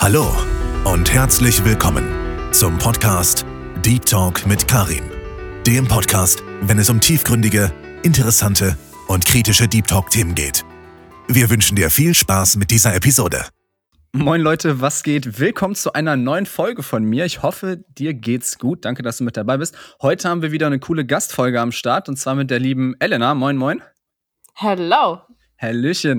Hallo und herzlich willkommen zum Podcast Deep Talk mit Karim. Dem Podcast, wenn es um tiefgründige, interessante und kritische Deep Talk-Themen geht. Wir wünschen dir viel Spaß mit dieser Episode. Moin Leute, was geht? Willkommen zu einer neuen Folge von mir. Ich hoffe, dir geht's gut. Danke, dass du mit dabei bist. Heute haben wir wieder eine coole Gastfolge am Start und zwar mit der lieben Elena. Moin, moin. Hello. Hallöchen.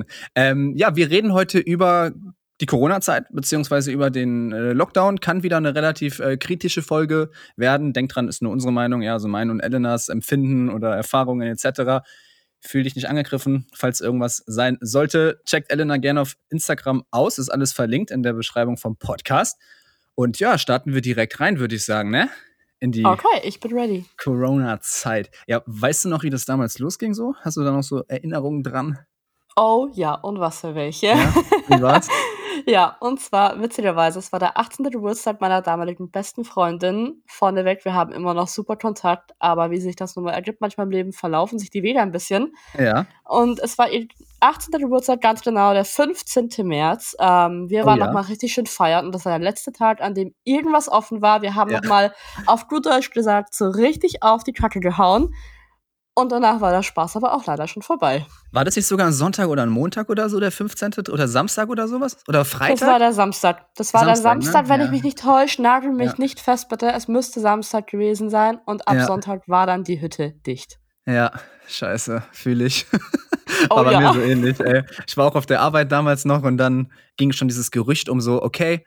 Wir reden heute über die Corona-Zeit, beziehungsweise über den Lockdown. Kann wieder eine relativ kritische Folge werden. Denkt dran, ist nur unsere Meinung, ja, also mein und Elenas Empfinden oder Erfahrungen etc. Fühl dich nicht angegriffen, falls irgendwas sein sollte. Checkt Elena gerne auf Instagram aus, ist alles verlinkt in der Beschreibung vom Podcast. Und ja, starten wir direkt rein, würde ich sagen, ne? In die Okay, ich bin ready. Corona-Zeit. Ja, weißt du noch, wie das damals losging so? Hast du da noch so Erinnerungen dran? Oh ja, und was für welche? Ja, wie war's? Ja, und zwar witzigerweise, es war der 18. Geburtstag meiner damaligen besten Freundin. Vorneweg, wir haben immer noch super Kontakt, aber wie sich das nun mal ergibt, manchmal im Leben verlaufen sich die Wege ein bisschen. Ja. Und es war ihr 18. Geburtstag, ganz genau der 15. März. Wir waren ja. noch mal richtig schön feiern und das war der letzte Tag, an dem irgendwas offen war. Wir haben Ja. noch mal auf gut Deutsch gesagt, so richtig auf die Kacke gehauen. Und danach war der Spaß aber auch leider schon vorbei. War das nicht sogar ein Sonntag oder ein Montag oder so, der 15. oder Samstag oder sowas? Oder Freitag? Das war der Samstag. Das war der Samstag, ne? wenn Ja. ich mich nicht täusche. Nagel mich Ja. nicht fest, bitte. Es müsste Samstag gewesen sein. Und ab Ja. Sonntag war dann die Hütte dicht. Ja, scheiße, fühle ich. Oh War bei ja. mir so ähnlich, ey. Ich war auch auf der Arbeit damals noch und dann ging schon dieses Gerücht um so, okay,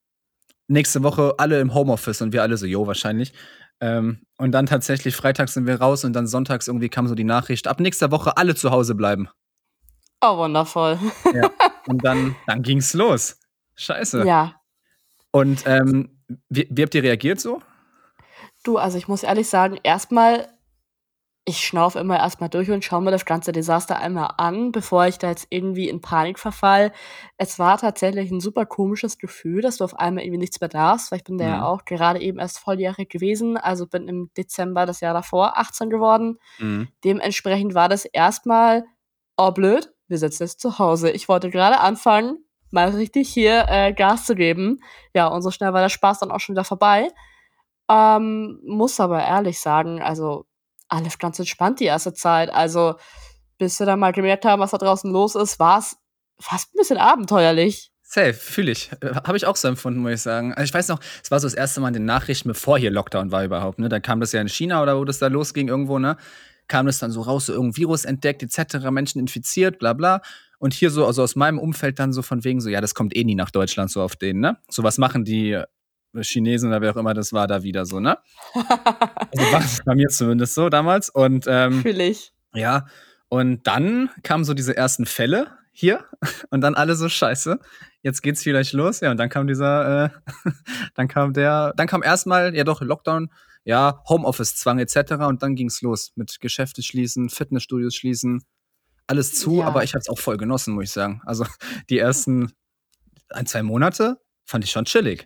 nächste Woche alle im Homeoffice und wir alle so, jo, wahrscheinlich. Und dann tatsächlich freitags sind wir raus und dann sonntags irgendwie kam so die Nachricht, ab nächster Woche alle zu Hause bleiben. Oh, wundervoll. Ja. Und dann ging's los. Scheiße. Ja. Und wie habt ihr reagiert so? Du, also ich muss ehrlich sagen, erstmal, ich schnaufe immer erstmal durch und schaue mir das ganze Desaster einmal an, bevor ich da jetzt irgendwie in Panik verfall. Es war tatsächlich ein super komisches Gefühl, dass du auf einmal irgendwie nichts mehr darfst, weil ich bin da ja auch gerade eben erst volljährig gewesen, also bin im Dezember das Jahr davor 18 geworden. Dementsprechend war das erstmal, oh blöd, wir sitzen jetzt zu Hause. Ich wollte gerade anfangen, mal richtig hier Gas zu geben. Ja, und so schnell war der Spaß dann auch schon wieder vorbei. Muss aber ehrlich sagen, also alles ganz entspannt die erste Zeit. Also, bis wir dann mal gemerkt haben, was da draußen los ist, war es fast ein bisschen abenteuerlich. Safe, fühle ich. Habe ich auch so empfunden, muss ich sagen. Also ich weiß noch, es war so das erste Mal in den Nachrichten, bevor hier Lockdown war überhaupt, ne? Da kam das ja in China oder wo das da losging irgendwo, ne? Kam das dann so raus, so irgendein Virus entdeckt, etc., Menschen infiziert, bla bla. Und hier so, also aus meinem Umfeld dann so von wegen so, ja, das kommt eh nie nach Deutschland, so auf denen, ne? So was machen die Chinesen oder wer auch immer das war, da wieder so, ne? Also war es bei mir zumindest so damals. Und Fühl ich. ja, und dann kamen so diese ersten Fälle hier und dann alle so scheiße. Jetzt geht's vielleicht los. Ja, und dann kam dann kam erstmal, ja doch, Lockdown, ja, Homeoffice-Zwang etc. Und dann ging's los mit Geschäfte schließen, Fitnessstudios schließen, alles zu, Ja. aber ich hab's auch voll genossen, muss ich sagen. Also die ersten 1-2 Monate fand ich schon chillig.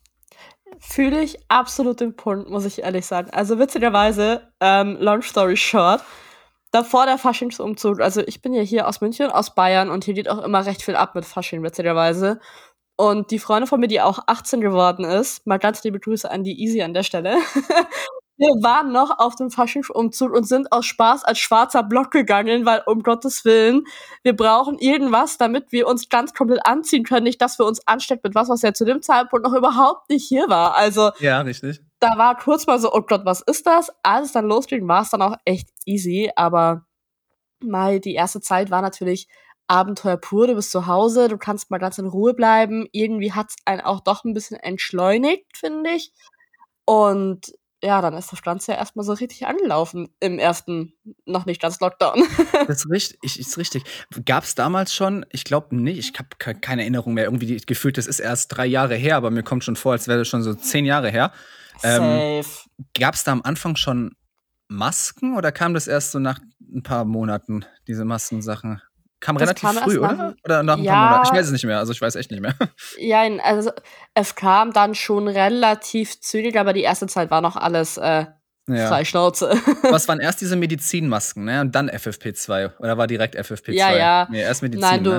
Fühle ich absolut den Punkt, muss ich ehrlich sagen. Also witzigerweise, long story short, davor der Faschingsumzug, also ich bin ja hier aus München, aus Bayern und hier geht auch immer recht viel ab mit Fasching, witzigerweise. Und die Freundin von mir, die auch 18 geworden ist, mal ganz liebe Grüße an die Easy an der Stelle. Wir waren noch auf dem Faschingsumzug und sind aus Spaß als schwarzer Block gegangen, weil um Gottes Willen, wir brauchen irgendwas, damit wir uns ganz komplett anziehen können, nicht, dass wir uns anstecken mit was ja zu dem Zeitpunkt noch überhaupt nicht hier war. Also Ja, richtig. da war kurz mal so, oh Gott, was ist das? Als es dann losging, war es dann auch echt easy, aber mal die erste Zeit war natürlich Abenteuer pur. Du bist zu Hause, du kannst mal ganz in Ruhe bleiben. Irgendwie hat's einen auch doch ein bisschen entschleunigt, finde ich. Und ja, dann ist das Ganze ja erstmal so richtig angelaufen im ersten, noch nicht ganz Lockdown. Das ist richtig. Gab es damals schon, ich glaube nicht, ich habe keine Erinnerung mehr, irgendwie gefühlt, das ist erst 3 Jahre her, aber mir kommt schon vor, als wäre das schon so 10 Jahre her. Safe. Gab es da am Anfang schon Masken oder kam das erst so nach ein paar Monaten, diese Maskensachen? Kam Das relativ kam erst früh, nach oder? dem- Oder nach ein paar Ja. Monaten? Ich weiß es nicht mehr, also ich weiß echt nicht mehr. Ja, also es kam dann schon relativ zügig, aber die erste Zeit war noch alles Ja. frei Schnauze. Was waren erst diese Medizinmasken, ne? Und dann FFP2? Oder war direkt FFP2? Ja. Nee, erst Medizin, Nein, ne?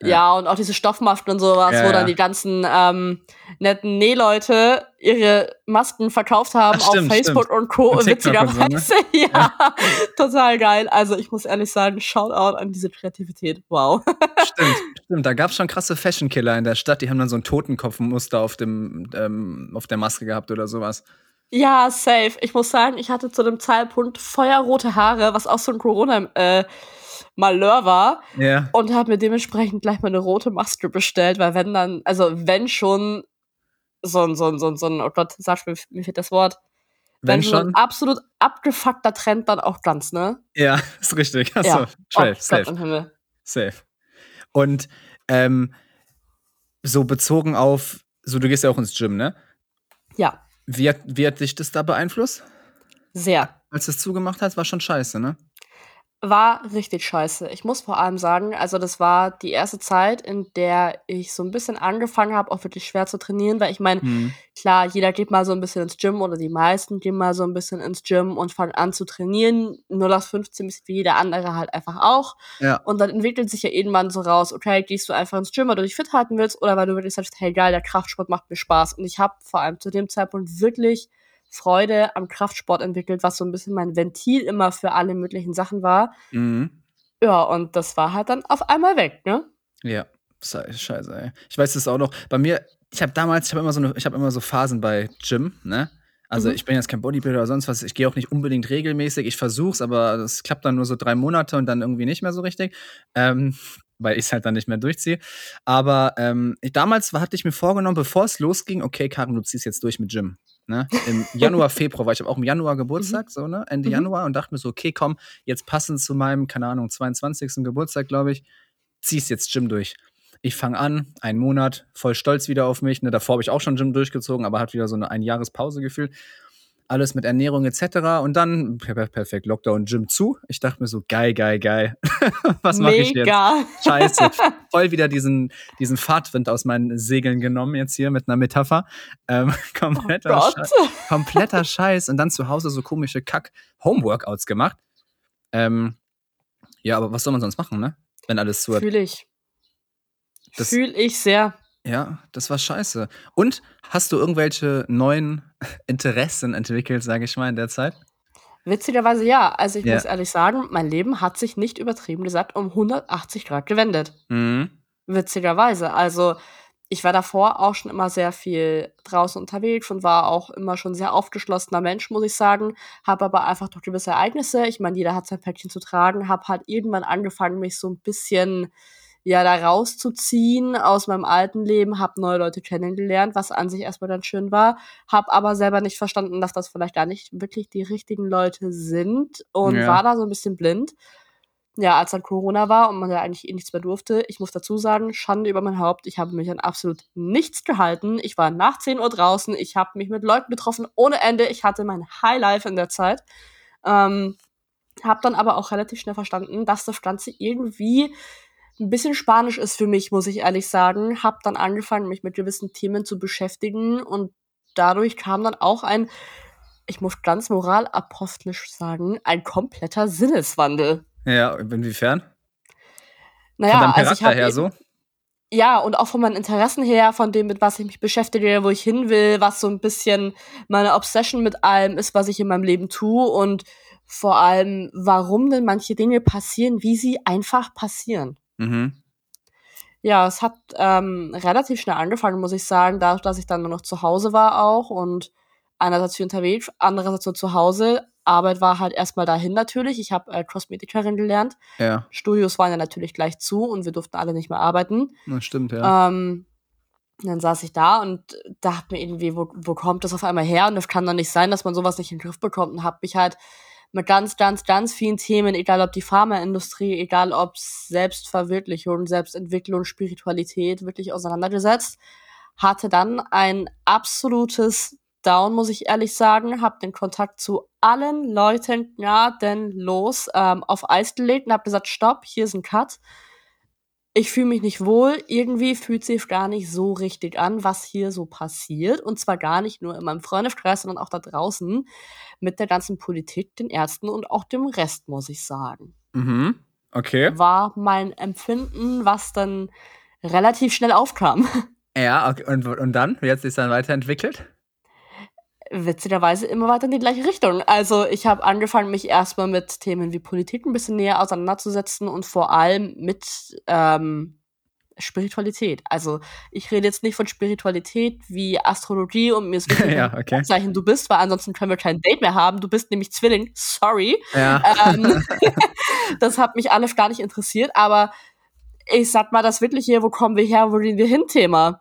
Ja, und auch diese Stoffmasken und sowas, Ja, wo dann ja. die ganzen netten Nähleute ihre Masken verkauft haben Ach, auf stimmt. Facebook und Co. Und TikTok und so, ne? Witzigerweise. Ja, total geil. Also ich muss ehrlich sagen, Shoutout an diese Kreativität. Wow. Stimmt. Da gab's schon krasse Fashion-Killer in der Stadt, die haben dann so ein Totenkopfmuster auf der Maske gehabt oder sowas. Ja, safe. Ich muss sagen, ich hatte zu dem Zeitpunkt feuerrote Haare, was auch so ein Corona-Malheur war. Ja. Und habe mir dementsprechend gleich mal eine rote Maske bestellt, weil wenn schon so ein, oh Gott, sag mir fehlt das Wort. Wenn schon so ein absolut abgefuckter Trend, dann auch ganz, ne? Ja, ist richtig. Achso, Ja. safe. Gott im Himmel. Safe. Und so bezogen auf, so du gehst ja auch ins Gym, ne? Ja, Wie hat dich das da beeinflusst? sehr. Als du es zugemacht hast, war schon scheiße, ne? War richtig scheiße. Ich muss vor allem sagen, also das war die erste Zeit, in der ich so ein bisschen angefangen habe, auch wirklich schwer zu trainieren, weil ich meine, Mhm. klar, jeder geht mal so ein bisschen ins Gym oder die meisten gehen mal so ein bisschen ins Gym und fangen an zu trainieren. 0815 bisschen wie jeder andere halt einfach auch. Ja. Und dann entwickelt sich ja irgendwann so raus, okay, gehst du einfach ins Gym, weil du dich fit halten willst oder weil du wirklich sagst, hey geil, der Kraftsport macht mir Spaß. Und ich habe vor allem zu dem Zeitpunkt wirklich Freude am Kraftsport entwickelt, was so ein bisschen mein Ventil immer für alle möglichen Sachen war. Mhm. Ja, und das war halt dann auf einmal weg, ne? Ja. Scheiße, ey. Ich weiß das auch noch. Bei mir, ich habe immer so Phasen bei Gym, ne? Also ich bin jetzt kein Bodybuilder oder sonst was. Ich gehe auch nicht unbedingt regelmäßig. Ich versuch's, aber das klappt dann nur so 3 Monate und dann irgendwie nicht mehr so richtig. Weil ich es halt dann nicht mehr durchziehe. Aber damals hatte ich mir vorgenommen, bevor es losging, okay, Karin, du ziehst jetzt durch mit Gym. Ne? Im Januar, Februar, weil ich habe auch im Januar Geburtstag, so, ne? Ende Januar, und dachte mir so, okay, komm, jetzt passend zu meinem, keine Ahnung, 22. Geburtstag, glaube ich, ziehst jetzt Gym durch. Ich fange an, einen Monat, voll stolz wieder auf mich. Ne? Davor habe ich auch schon Gym durchgezogen, aber hat wieder so eine Jahrespause gefühlt. Alles mit Ernährung etc. Und dann, perfekt, Lockdown, Gym zu. Ich dachte mir so, geil. Was mache ich jetzt? Mega. Scheiße. Voll wieder diesen Fahrtwind aus meinen Segeln genommen, jetzt hier mit einer Metapher. Kompletter Scheiß. Und dann zu Hause so komische Kack-Homeworkouts gemacht. Ja, aber was soll man sonst machen, ne? Wenn alles zu hat. Fühl ich sehr. Ja, das war scheiße. Und hast du irgendwelche neuen Interessen entwickelt, sage ich mal, in der Zeit? Witzigerweise ja. Also ich Ja. muss ehrlich sagen, mein Leben hat sich nicht übertrieben gesagt um 180 Grad gewendet. Mhm. Witzigerweise. Also ich war davor auch schon immer sehr viel draußen unterwegs und war auch immer schon sehr aufgeschlossener Mensch, muss ich sagen. Habe aber einfach durch gewisse Ereignisse, ich meine, jeder hat sein Päckchen zu tragen, habe halt irgendwann angefangen, mich so ein bisschen da rauszuziehen aus meinem alten Leben, habe neue Leute kennengelernt, was an sich erstmal ganz schön war, habe aber selber nicht verstanden, dass das vielleicht gar nicht wirklich die richtigen Leute sind und Ja. war da so ein bisschen blind. Ja, als dann Corona war und man ja eigentlich nichts mehr durfte, ich muss dazu sagen, Schande über mein Haupt, ich habe mich an absolut nichts gehalten. Ich war nach 10 Uhr draußen, ich habe mich mit Leuten getroffen ohne Ende, ich hatte mein Highlife in der Zeit. Habe dann aber auch relativ schnell verstanden, dass das Ganze irgendwie ein bisschen spanisch ist für mich, muss ich ehrlich sagen. Habe dann angefangen, mich mit gewissen Themen zu beschäftigen und dadurch kam dann auch ich muss ganz moralapostolisch sagen, ein kompletter Sinneswandel. Ja, inwiefern? Naja, Von deinem also ich Charakter habe her so? ja, und auch von meinen Interessen her, von dem, mit was ich mich beschäftige, wo ich hin will, was so ein bisschen meine Obsession mit allem ist, was ich in meinem Leben tue und vor allem, warum denn manche Dinge passieren, wie sie einfach passieren. Mhm. Ja, es hat relativ schnell angefangen, muss ich sagen, dadurch, dass ich dann nur noch zu Hause war auch und einerseits viel unterwegs, andererseits nur zu Hause. Arbeit war halt erstmal dahin natürlich. Ich habe Kosmetikerin gelernt. Ja, Studios waren ja natürlich gleich zu und wir durften alle nicht mehr arbeiten. das stimmt, ja. Dann saß ich da und dachte mir irgendwie, wo kommt das auf einmal her? Und das kann doch nicht sein, dass man sowas nicht in den Griff bekommt. Und habe mich halt mit ganz, ganz, ganz vielen Themen, egal ob die Pharmaindustrie, egal ob Selbstverwirklichung, Selbstentwicklung, Spiritualität, wirklich auseinandergesetzt. Hatte dann ein absolutes Down, muss ich ehrlich sagen. Hab den Kontakt zu allen Leuten gnadenlos auf Eis gelegt und hab gesagt, stopp, hier ist ein Cut. Ich fühle mich nicht wohl. Irgendwie fühlt sich gar nicht so richtig an, was hier so passiert. Und zwar gar nicht nur in meinem Freundeskreis, sondern auch da draußen mit der ganzen Politik, den Ärzten und auch dem Rest, muss ich sagen. Mhm. Okay. war mein Empfinden, was dann relativ schnell aufkam. Ja, okay. Und dann? Wie hat sich dann weiterentwickelt? Witzigerweise immer weiter in die gleiche Richtung. Also, ich habe angefangen, mich erstmal mit Themen wie Politik ein bisschen näher auseinanderzusetzen und vor allem mit, Spiritualität. Also, ich rede jetzt nicht von Spiritualität wie Astrologie und mir ist wichtig, Ja, welches okay. Sternzeichen du bist, weil ansonsten können wir kein Date mehr haben. Du bist nämlich Zwilling, sorry. Ja. Ähm, das hat mich alles gar nicht interessiert, aber ich sag mal, das wirkliche „Wo kommen wir her, wo gehen wir hin“ Thema.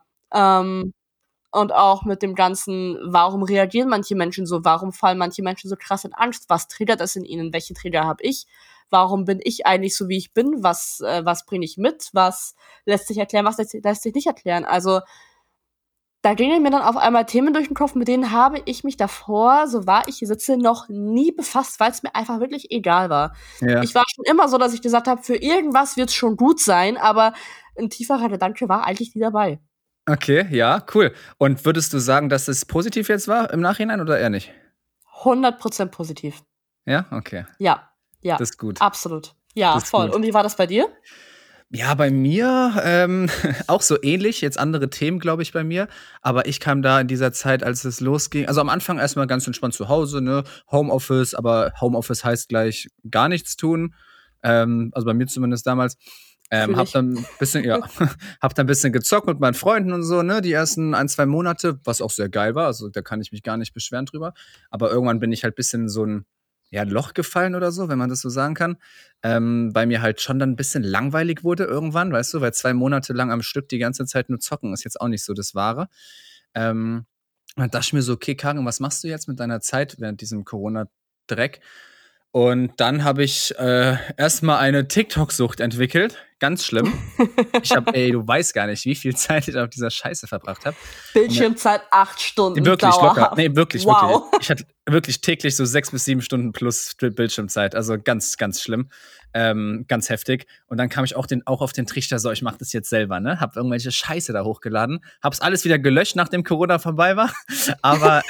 Und auch mit dem ganzen, warum reagieren manche Menschen so? Warum fallen manche Menschen so krass in Angst? Was triggert das in ihnen? Welche Trigger habe ich? Warum bin ich eigentlich so, wie ich bin? Was bringe ich mit? Was lässt sich erklären? Was lässt sich nicht erklären? Also, da gingen mir dann auf einmal Themen durch den Kopf, mit denen habe ich mich davor, so wahr ich hier sitze, noch nie befasst, weil es mir einfach wirklich egal war. Ja. Ich war schon immer so, dass ich gesagt habe, für irgendwas wird es schon gut sein, aber ein tieferer Gedanke war eigentlich nie dabei. Okay, ja, cool. Und würdest du sagen, dass es positiv jetzt war im Nachhinein oder eher nicht? 100% positiv. Ja, okay. Ja, ja, Das ist gut. absolut. Ja, Das ist voll. gut. Und wie war das bei dir? Ja, bei mir auch so ähnlich, jetzt andere Themen, glaube ich, bei mir. Aber ich kam da in dieser Zeit, als es losging, also am Anfang erstmal ganz entspannt zu Hause, ne? Homeoffice, aber Homeoffice heißt gleich gar nichts tun. Also bei mir zumindest damals. Fühl Hab ich. dann ein bisschen, ja, hab dann ein bisschen gezockt mit meinen Freunden und so, ne? Die ersten 1, 2 Monate, was auch sehr geil war. Also da kann ich mich gar nicht beschweren drüber. Aber irgendwann bin ich halt ein bisschen in so ein ja, Loch gefallen oder so, wenn man das so sagen kann. Weil mir halt schon dann ein bisschen langweilig wurde irgendwann, weißt du, weil 2 Monate lang am Stück die ganze Zeit nur zocken ist jetzt auch nicht so das Wahre. Ähm, dann dachte ich mir so, okay, Karin, was machst du jetzt mit deiner Zeit während diesem Corona-Dreck? Und dann habe ich erstmal eine TikTok-Sucht entwickelt. Ganz schlimm. Du weißt gar nicht, wie viel Zeit ich auf dieser Scheiße verbracht habe. Bildschirmzeit 8 Stunden Wirklich locker. dauerhaft. Nee, wirklich, Wow. wirklich. Ich hatte wirklich täglich so 6 bis 7 Stunden plus Bildschirmzeit. Also ganz, ganz schlimm. Ganz heftig. Und dann kam ich auch auf den Trichter, so, ich mach das jetzt selber, ne? Hab irgendwelche Scheiße da hochgeladen. Hab's alles wieder gelöscht, nachdem Corona vorbei war. Aber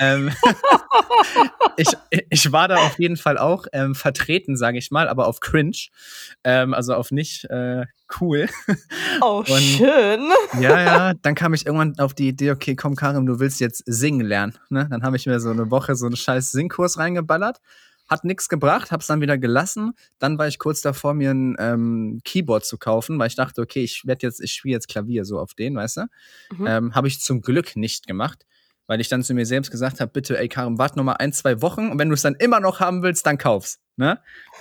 ich war da auf jeden Fall auch vertreten, sage ich mal, aber auf cringe. Also auf nicht cool. Oh, Und schön. ja, dann kam ich irgendwann auf die Idee, okay, komm, Karim, du willst jetzt singen lernen. Ne? Dann habe ich mir so eine Woche so einen scheiß Singkurs reingeballert. Hat nichts gebracht, hab's dann wieder gelassen. Dann war ich kurz davor, mir ein Keyboard zu kaufen, weil ich dachte, okay, ich spiele jetzt Klavier so auf den, weißt du? Mhm. Habe ich zum Glück nicht gemacht, weil ich dann zu mir selbst gesagt habe, bitte, ey Karim, warte noch mal 1, 2 Wochen und wenn du es dann immer noch haben willst, dann kauf's. Ne?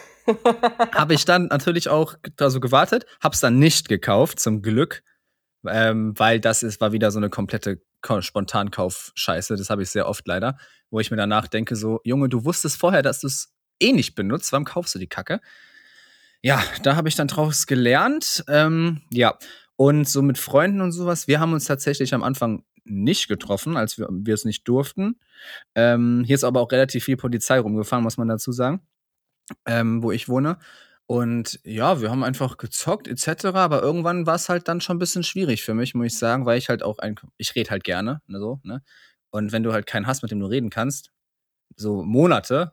Habe ich dann natürlich auch da so gewartet, hab's dann nicht gekauft, zum Glück, weil war wieder so eine komplette Spontankauf-Scheiße. Das habe ich sehr oft leider, wo ich mir danach denke, so, Junge, du wusstest vorher, dass du es eh nicht benutzt, warum kaufst du die Kacke? Ja, da habe ich dann draus gelernt. Ja, und so mit Freunden und sowas, wir haben uns tatsächlich am Anfang nicht getroffen, als wir es nicht durften. Hier ist aber auch relativ viel Polizei rumgefahren, muss man dazu sagen, wo ich wohne. Und ja, wir haben einfach gezockt etc. Aber irgendwann war es halt dann schon ein bisschen schwierig für mich, muss ich sagen, weil ich halt auch ich rede halt gerne, ne, so, ne? Und wenn du halt keinen hast, mit dem du reden kannst, so Monate,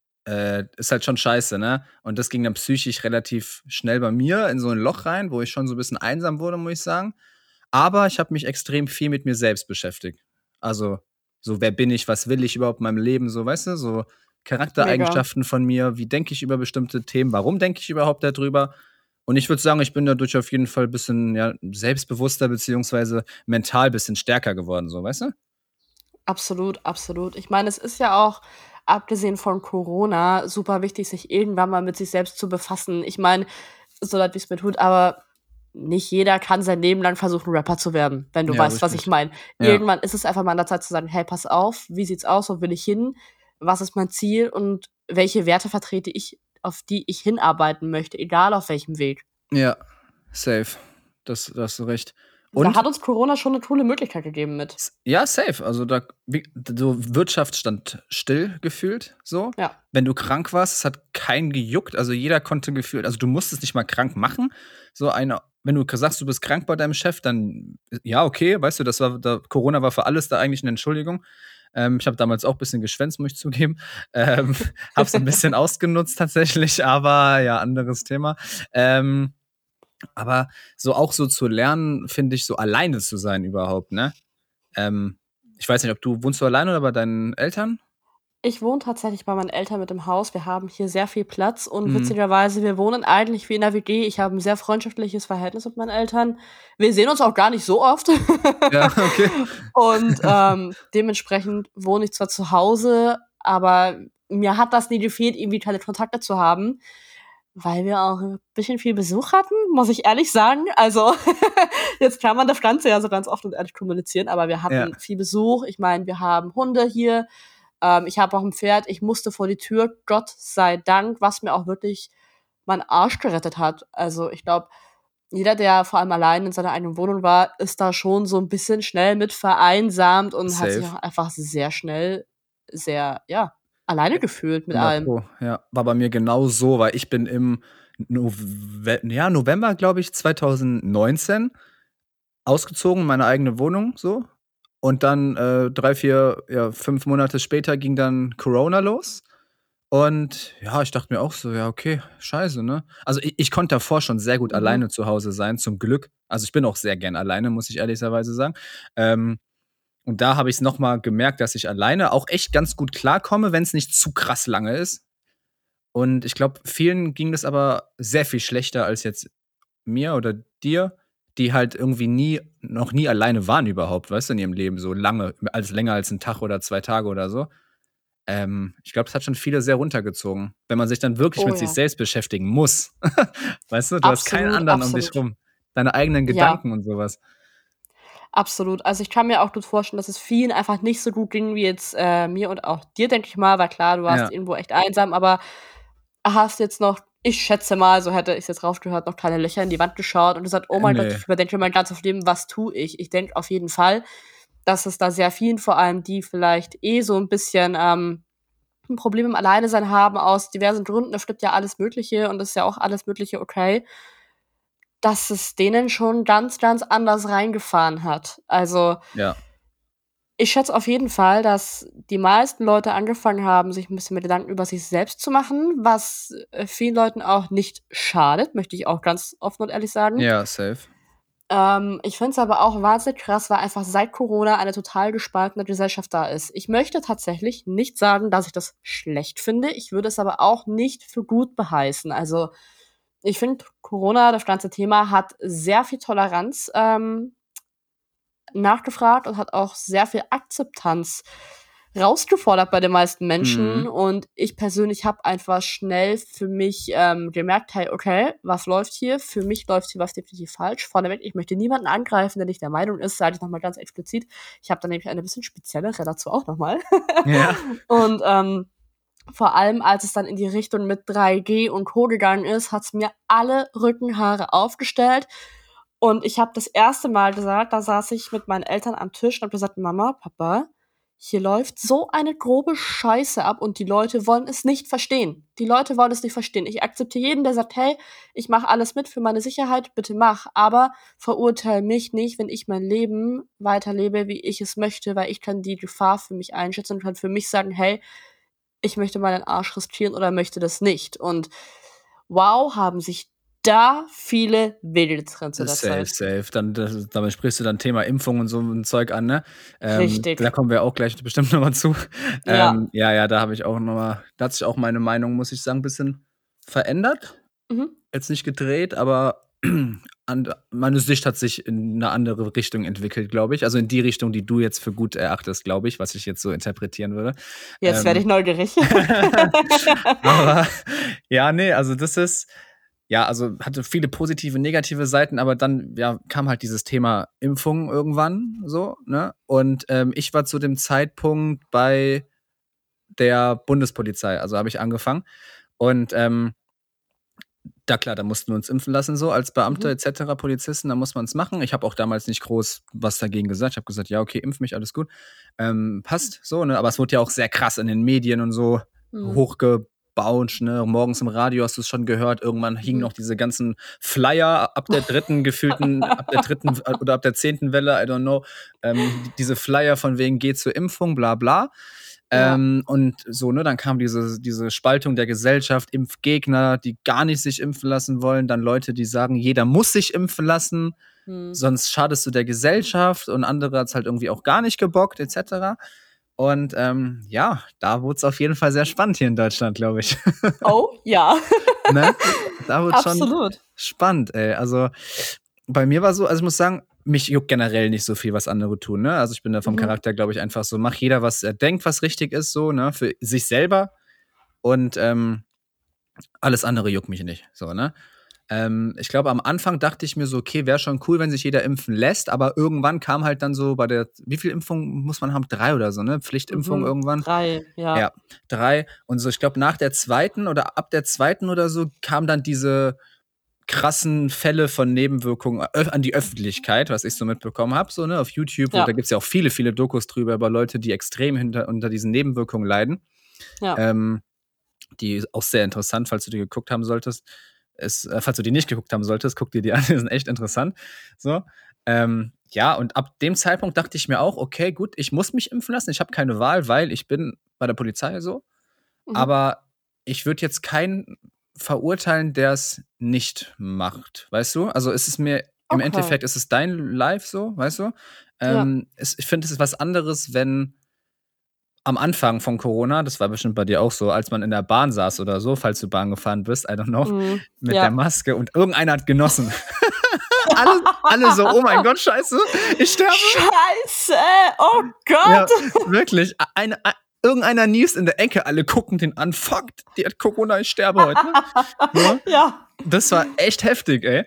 ist halt schon scheiße, ne? Und das ging dann psychisch relativ schnell bei mir in so ein Loch rein, wo ich schon so ein bisschen einsam wurde, muss ich sagen. Aber ich habe mich extrem viel mit mir selbst beschäftigt. Also, so, wer bin ich, was will ich überhaupt in meinem Leben, so, weißt du, so Mega. Charaktereigenschaften von mir, wie denke ich über bestimmte Themen, warum denke ich überhaupt darüber? Und ich würde sagen, ich bin dadurch auf jeden Fall ein bisschen ja, selbstbewusster beziehungsweise mental ein bisschen stärker geworden, so, weißt du? Absolut, absolut. Ich meine, es ist ja auch, abgesehen von Corona, super wichtig, sich irgendwann mal mit sich selbst zu befassen. Ich meine, so leid wie es mir tut, aber nicht jeder kann sein Leben lang versuchen, Rapper zu werden, wenn du Ja, weißt, was ich richtig. meine. Ja. Irgendwann ist es einfach mal an der Zeit zu sagen, hey, pass auf, wie sieht's aus, wo will ich hin, was ist mein Ziel und welche Werte vertrete ich, auf die ich hinarbeiten möchte, egal auf welchem Weg. Ja, safe. Da hast du recht. Da Und hat uns Corona schon eine coole Möglichkeit gegeben mit. Ja, safe. Also so Wirtschaft stand still gefühlt, so. Ja. Wenn du krank warst, es hat keinen gejuckt. Also jeder konnte gefühlt, also du musstest nicht mal krank machen. Wenn du sagst, du bist krank bei deinem Chef, dann ja, okay, weißt du, Corona war für alles da eigentlich eine Entschuldigung. Ich habe damals auch ein bisschen geschwänzt, muss ich zugeben. Habe es ein bisschen ausgenutzt tatsächlich, aber ja, anderes Thema. Aber so auch so zu lernen, finde ich, so alleine zu sein überhaupt, ne? Ich weiß nicht, wohnst du alleine oder bei deinen Eltern? Ich wohne tatsächlich bei meinen Eltern mit im Haus. Wir haben hier sehr viel Platz und Mhm. witzigerweise, wir wohnen eigentlich wie in 'ner WG. Ich habe 'n sehr freundschaftliches Verhältnis mit meinen Eltern. Wir sehen uns auch gar nicht so oft. Ja, okay. Und, dementsprechend wohne ich zwar zu Hause, aber mir hat das nie gefehlt, irgendwie keine Kontakte zu haben, weil wir auch 'n bisschen viel Besuch hatten, muss ich ehrlich sagen. Also, jetzt kann man das Ganze ja so ganz offen und ehrlich kommunizieren, aber wir Ja, hatten viel Besuch. Ich meine, wir haben Hunde hier. Ich habe auch ein Pferd. Ich musste vor die Tür, Gott sei Dank, was mir auch wirklich meinen Arsch gerettet hat. Also, ich glaube, jeder, der vor allem allein in seiner eigenen Wohnung war, ist da schon so ein bisschen schnell mit vereinsamt und hat sich safe. auch einfach sehr schnell sehr, ja, alleine gefühlt mit 100 allem. Pro, ja. War bei mir genau so, weil ich bin im November, glaube ich, 2019 ausgezogen in meine eigene Wohnung so. Und dann 3, 4, ja, 5 Monate später ging dann Corona los. Und ja, ich dachte mir auch so, ja, okay, scheiße, ne? Also ich konnte davor schon sehr gut Mhm. alleine zu Hause sein, zum Glück. Also ich bin auch sehr gern alleine, muss ich ehrlicherweise sagen. Ähm, und da habe ich es nochmal gemerkt, dass ich alleine auch echt ganz gut klarkomme, wenn es nicht zu krass lange ist. Und ich glaube, vielen ging das aber sehr viel schlechter als jetzt mir oder dir, die halt irgendwie noch nie alleine waren überhaupt, weißt du, in ihrem Leben, so lange, länger als 'n Tag oder 2 Tage oder so. Ich glaube, das hat schon viele sehr runtergezogen, wenn man sich dann wirklich Oh mit sich ja, selbst beschäftigen muss. Weißt du, du hast keinen absolut, anderen um dich absolut. rum. Deine eigenen Ja. Gedanken und so was. Absolut. Also, ich kann mir auch gut vorstellen, dass es vielen einfach nicht so gut ging wie jetzt, mir und auch dir, denke ich mal, weil klar, du warst Ja, irgendwo echt einsam, aber hast jetzt noch, ich schätze mal, so hätte ich's jetzt rausgehört, noch keine Löcher in die Wand geschaut und gesagt: „Oh mein Gott, ne, ich überdenke mein ganzes Leben, was tue ich?“ Ich denke auf jeden Fall, dass es da sehr vielen, vor allem die vielleicht so 'n bisschen, 'n Problem im Alleinesein haben aus diversen Gründen. Es gibt ja alles Mögliche und das ist ja auch alles Mögliche okay, dass es denen schon ganz, ganz anders reingefahren hat. Also, ja, ich schätze auf jeden Fall, dass die meisten Leute angefangen haben, sich 'n bisschen mehr Gedanken über sich selbst zu machen, was, vielen Leuten auch nicht schadet, möchte ich auch ganz offen und ehrlich sagen. ja, safe. Ich finde es aber auch wahnsinnig krass, weil einfach seit Corona eine total gespaltene Gesellschaft da ist. Ich möchte tatsächlich nicht sagen, dass ich das schlecht finde. Ich würde es aber auch nicht für gut beheißen. Also, ich finde, Corona, das ganze Thema, hat sehr viel Toleranz, nachgefragt und hat auch sehr viel Akzeptanz rausgefordert bei den meisten Menschen. Mhm. Und ich persönlich habe einfach schnell für mich, gemerkt: „Hey, okay, was läuft hier? Für mich läuft hier was definitiv falsch.“ Vorneweg, ich möchte niemanden angreifen, der nicht der Meinung ist, sage ich noch mal ganz explizit. Ich habe da nämlich eine bisschen speziellere dazu auch noch mal. Ja, Und, vor allem, als es dann in die Richtung mit 3G und Co. gegangen ist, hat's mir alle Rückenhaare aufgestellt. Und ich habe das erste Mal gesagt, da saß ich mit meinen Eltern am Tisch und habe gesagt: „Mama, Papa, hier läuft so eine grobe Scheiße ab und die Leute wollen es nicht verstehen. Die Leute wollen es nicht verstehen. Ich akzeptiere jeden, der sagt: ‚Hey, ich mache alles mit für meine Sicherheit, bitte mach, aber verurteile mich nicht, wenn ich mein Leben weiterlebe, wie ich es möchte, weil ich kann die Gefahr für mich einschätzen und kann für mich sagen: ‚Hey, ich möchte meinen Arsch riskieren oder möchte das nicht.‘“ Und wow, haben sich da viele Wege getrennt zu der safe, Zeit. safe. Damit sprichst du dann Thema Impfung und so 'n Zeug an, ne? Da Richtig. kommen wir auch gleich bestimmt noch mal zu. Ja. Ja, ja, da hat sich auch meine Meinung, muss ich sagen, bisschen verändert. Mhm. Jetzt nicht gedreht, aber meine Sicht hat sich in 'ne andere Richtung entwickelt, glaube ich. Also, in die Richtung, die du jetzt für gut erachtest, glaube ich, was ich jetzt so interpretieren würde. Jetzt werde ich Ähm, neugierig. aber ja, ne, also das ist ja, also hatte viele positive, negative Seiten, aber dann, ja, kam halt dieses Thema Impfung irgendwann so, ne? Und, ich war zu dem Zeitpunkt bei der Bundespolizei, also habe ich angefangen. Und, da klar, da mussten wir uns impfen lassen so als Beamte Mhm. et cetera, Polizisten, da muss man's machen. Ich habe auch damals nicht groß was dagegen gesagt. Ich habe gesagt: „Ja, okay, impf mich, alles gut. Passt“, so, ne? Aber es wurde ja auch sehr krass in den Medien und so Mhm. hochgepusht Bausch, ne? Morgens im Radio hast du es schon gehört. Irgendwann hingen noch diese ganzen Flyer ab der dritten gefühlten, ab der dritten oder ab der 10. Welle, I don't know. Diese Flyer von wegen geh zur Impfung, bla bla. Ja. Und so, ne, dann kam diese Spaltung der Gesellschaft, Impfgegner, die gar nicht sich impfen lassen wollen, dann Leute, die sagen, jeder muss sich impfen lassen, sonst schadest du der Gesellschaft, und andere hat's halt irgendwie auch gar nicht gebockt, etc. Und ja, da wurde es auf jeden Fall sehr spannend hier in Deutschland, glaube ich. Oh, ja. Ne? Da wurde schon Absolut. spannend, ey. Also bei mir war so, also ich muss sagen, mich juckt generell nicht so viel, was andere tun, ne? Also ich bin da vom Charakter, glaube ich, einfach so, mach jeder, was er denkt, was richtig ist, so, ne? Für sich selber. Und alles andere juckt mich nicht, so, ne? Ich glaube, am Anfang dachte ich mir so, okay, wäre schon cool, wenn sich jeder impfen lässt, aber irgendwann kam halt dann so bei der, wie viel Impfungen muss man haben? 3 oder so, ne? Pflichtimpfung irgendwann. 3, ja. Ja, 3. Und so, ich glaube, nach der 2. oder ab der 2. oder so kam dann diese krassen Fälle von Nebenwirkungen an die Öffentlichkeit, was ich so mitbekommen habe, so, ne, auf YouTube. Ja. Da gibt es ja auch viele, viele Dokus drüber über Leute, die extrem unter diesen Nebenwirkungen leiden. Ja. Die auch sehr interessant, falls du die geguckt haben solltest. Falls du die nicht geguckt haben solltest, guck dir die an, die sind echt interessant. So. Ja, und ab dem Zeitpunkt dachte ich mir auch, okay, gut, ich muss mich impfen lassen, ich habe keine Wahl, weil ich bin bei der Polizei so. Aber ich würde jetzt keinen verurteilen, der es nicht macht, weißt du? Also ist es mir, im Okay. Endeffekt ist es dein Life so, weißt du? Ja. Ich finde, es ist was anderes, wenn am Anfang von Corona, das war bestimmt bei dir auch so, als man in der Bahn saß oder so, falls du Bahn gefahren bist, I don't know, mit Ja. der Maske und irgendeiner hat genossen. alle so, oh mein Gott, scheiße, ich sterbe. Scheiße! Oh Ja, Gott! wirklich. Irgendeiner niest in der Ecke, alle gucken den an, fuck, die hat Corona, ich sterbe heute. Ja, Ja. das war echt heftig, ey.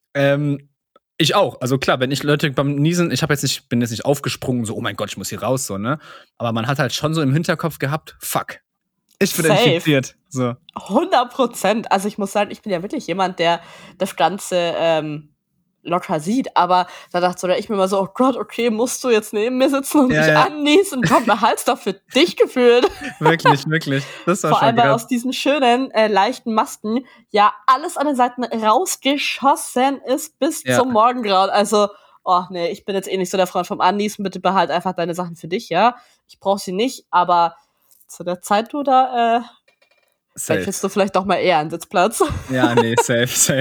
Ich auch. Also klar, wenn ich Leute beim Niesen, bin jetzt nicht aufgesprungen, so, oh mein Gott, ich muss hier raus, so, ne? Aber man hat halt schon so im Hinterkopf gehabt, fuck, ich bin Safe. infiziert. So. 100%. Also ich muss sagen, ich bin ja wirklich jemand, der das Ganze locker sieht, aber da dachte ich mir mal so, oh Gott, okay, musst du jetzt neben mir sitzen und Ja, mich ja. anniesen? Komm, behalt's doch für dich gefühlt. Wirklich, wirklich. Das war Vor schon allem, weil krass. aus diesen schönen, leichten Masken ja alles an den Seiten rausgeschossen ist bis Ja. zum Morgengrauen. Also, oh nee, ich bin jetzt eh nicht so der Freund vom Anniesen. Bitte behalt einfach deine Sachen für dich, ja? Ich brauch sie nicht, aber zu der Zeit, du da, wechselst du vielleicht doch mal eher einen Sitzplatz. Ja, nee, safe.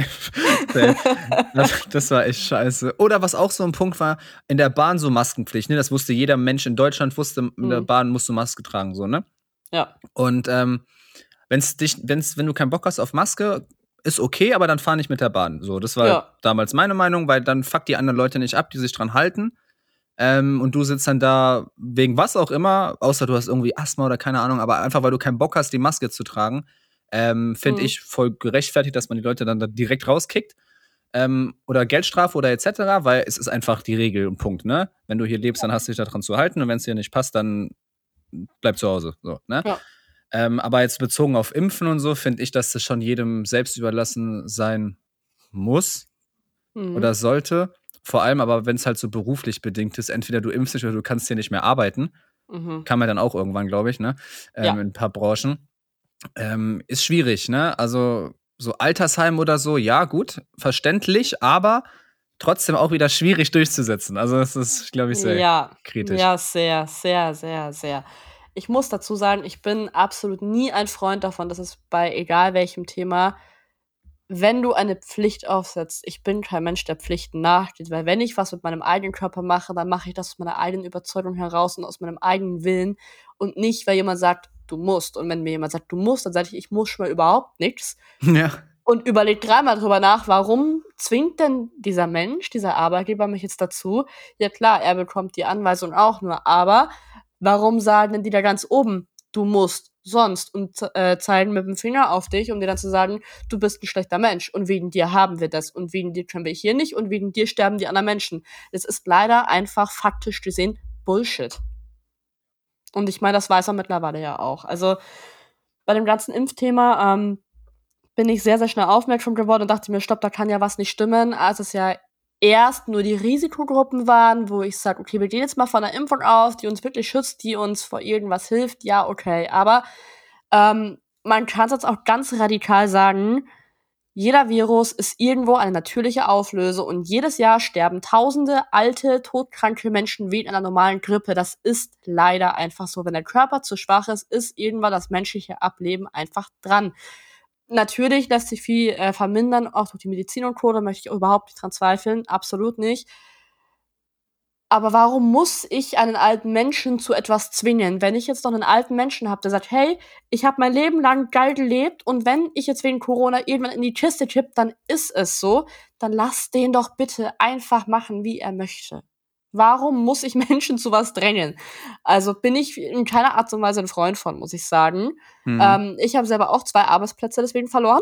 Das war echt scheiße. Oder was auch so ein Punkt war, in der Bahn so Maskenpflicht, ne? Das wusste jeder Mensch in Deutschland, wusste, in der Bahn musst du Maske tragen, so, ne? Ja. Und wenn du keinen Bock hast auf Maske, ist okay, aber dann fahr nicht mit der Bahn. So, das war damals meine Meinung, weil dann fuck die anderen Leute nicht ab, die sich dran halten. Und du sitzt dann da wegen was auch immer, außer du hast irgendwie Asthma oder keine Ahnung, aber einfach, weil du keinen Bock hast, die Maske zu tragen, finde ich voll gerechtfertigt, dass man die Leute dann da direkt rauskickt. Oder Geldstrafe oder etc., weil es ist einfach die Regel und Punkt, ne? Wenn du hier lebst, dann hast du dich daran zu halten, und wenn es dir nicht passt, dann bleib zu Hause, so, ne? Ja. Aber jetzt bezogen auf Impfen und so, finde ich, dass das schon jedem selbst überlassen sein muss oder sollte. Vor allem aber, wenn es halt so beruflich bedingt ist, entweder du impfst dich oder du kannst hier nicht mehr arbeiten. Kann man dann auch irgendwann, glaube ich, ne? Ja. In ein paar Branchen. Ist schwierig, ne? Also so Altersheim oder so, ja, gut, verständlich, aber trotzdem auch wieder schwierig durchzusetzen. Also das ist, glaube ich, sehr kritisch. Ja, sehr, sehr, sehr, sehr. Ich muss dazu sagen, ich bin absolut nie ein Freund davon, dass es bei egal welchem Thema, wenn du eine Pflicht aufsetzt, ich bin kein Mensch, der Pflichten nachgeht, weil wenn ich was mit meinem eigenen Körper mache, dann mache ich das aus meiner eigenen Überzeugung heraus und aus meinem eigenen Willen und nicht, weil jemand sagt, du musst. Und wenn mir jemand sagt, du musst, dann sage ich muss schon mal überhaupt nichts. Ja. Und überleg 3-mal drüber nach, warum zwingt denn dieser Mensch, dieser Arbeitgeber mich jetzt dazu? Ja klar, er bekommt die Anweisung auch nur, aber warum sagen denn die da ganz oben, du musst sonst und zeigen mit dem Finger auf dich, um dir dann zu sagen, du bist ein schlechter Mensch und wegen dir haben wir das und wegen dir können wir hier nicht und wegen dir sterben die anderen Menschen. Das ist leider einfach faktisch gesehen Bullshit. Und ich meine, das weiß er mittlerweile ja auch. Also bei dem ganzen Impfthema bin ich sehr, sehr schnell aufmerksam geworden und dachte mir, stopp, da kann ja was nicht stimmen, als es ja erst nur die Risikogruppen waren, wo ich sage, okay, wir gehen jetzt mal von einer Impfung aus, die uns wirklich schützt, die uns vor irgendwas hilft, ja, okay, aber man kann es jetzt auch ganz radikal sagen, jeder Virus ist irgendwo eine natürliche Auslöse und jedes Jahr sterben tausende alte, todkranke Menschen wegen einer normalen Grippe. Das ist leider einfach so. Wenn der Körper zu schwach ist irgendwann das menschliche Ableben einfach dran. Natürlich lässt sich viel vermindern, auch durch die Medizin und Co., da möchte ich überhaupt nicht dran zweifeln, absolut nicht. Aber warum muss ich einen alten Menschen zu etwas zwingen? Wenn ich jetzt noch einen alten Menschen habe, der sagt, hey, ich habe mein Leben lang geil gelebt und wenn ich jetzt wegen Corona irgendwann in die Kiste tippe, dann ist es so, dann lass den doch bitte einfach machen, wie er möchte. Warum muss ich Menschen zu was drängen? Also bin ich in keiner Art und Weise ein Freund von, muss ich sagen. Ich habe selber auch 2 Arbeitsplätze deswegen verloren.